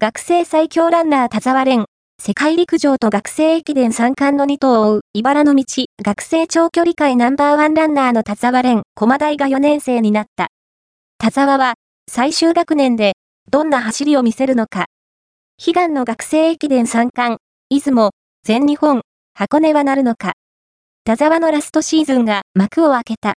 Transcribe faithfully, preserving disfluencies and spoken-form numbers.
学生最強ランナー田澤廉、世界陸上と学生駅伝三冠のに頭を追う、茨の道、学生長距離界ナンバーワンランナーの田澤廉、駒大がよねん生になった。田澤は、最終学年で、どんな走りを見せるのか。悲願の学生駅伝三冠、出雲、全日本、箱根はなるのか。田澤のラストシーズンが幕を開けた。